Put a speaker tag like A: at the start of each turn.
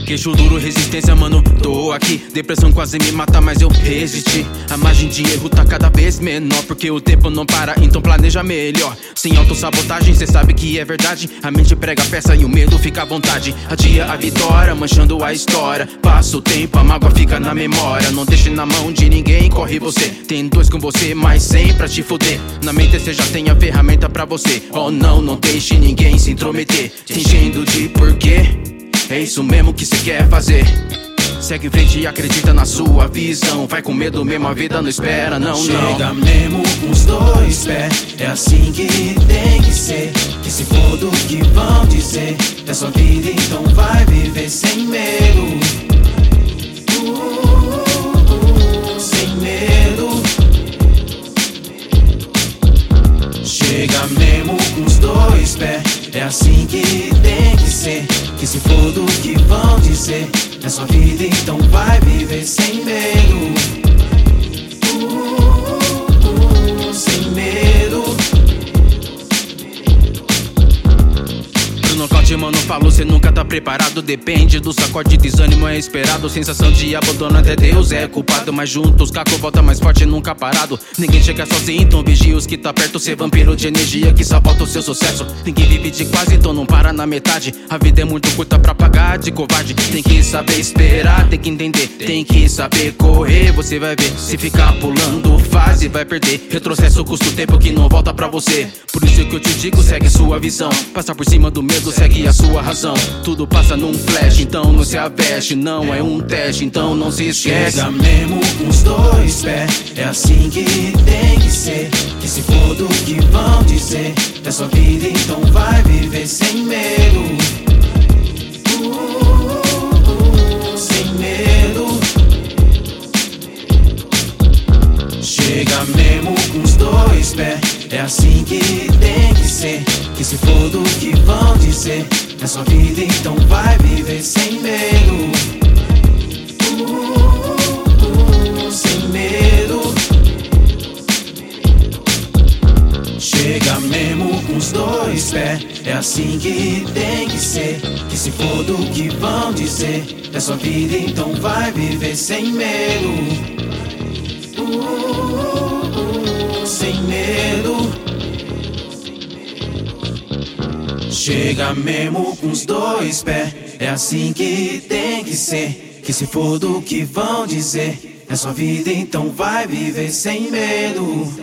A: Queixo duro, resistência, mano, tô aqui. Depressão quase me mata, mas eu resisti. A margem de erro tá cada vez menor, porque o tempo não para, então planeja melhor. Sem autossabotagem, cê sabe que é verdade. A mente prega a peça e o medo fica à vontade. Adia a vitória, manchando a história. Passa o tempo, a mágoa fica na memória. Não deixe na mão de ninguém, corre você. Tem dois com você, mas sem pra te fuder. Na mente cê já tem a ferramenta pra você. Oh não, não deixe ninguém se intrometer. Te enchendo de porquê. É isso mesmo que cê quer fazer. Segue em frente e acredita na sua visão. Vai com medo mesmo, a vida não espera, não, não.
B: Chega mesmo com os dois pés. É assim que tem que ser. Que se for do que vão dizer é sua vida, então vai viver sem medo. Sem medo. Chega mesmo com os dois pés. É assim que tem que ser. Que se for do que vão dizer é sua vida, então vai viver sem medo. Sem medo.
A: Pro nocaute, mano, falo, cê nunca tá preparado. Depende do sacode, desânimo é esperado. Sensação de abandono, até Deus é culpado. Mas juntos, caco volta mais forte, nunca parado. Ninguém chega sozinho, então vigia os que tá perto. Cê vampiro de energia que sabota o seu sucesso. Ninguém vive de quase, então não para na metade. A vida é muito curta pra pagar de covarde. Tem que saber esperar, tem que entender, tem que saber correr. Você vai ver, se ficar pulando fase vai perder. Retrocesso custa o tempo que não volta pra você. Por isso que eu te digo, segue sua visão. Passar por cima do medo, segue a sua razão. Tudo passa num flash, então não se aveste. Não é um teste, então não se esquece.
B: Chega mesmo com os dois pés. É assim que tem que ser. Que se for do que vão dizer é sua vida, então vai viver sem medo. Sem medo. Chega mesmo com os dois pés. É assim que tem que ser. Que se for do que vão dizer é sua vida, então vai viver sem medo. Sem medo. Chega mesmo com os dois pés. É assim que tem que ser. Que se for do que vão dizer é sua vida, então vai viver sem medo. Sem medo. Chega mesmo com os dois pés. É assim que tem que ser. Que se for do que vão dizer é sua vida, então vai viver sem medo.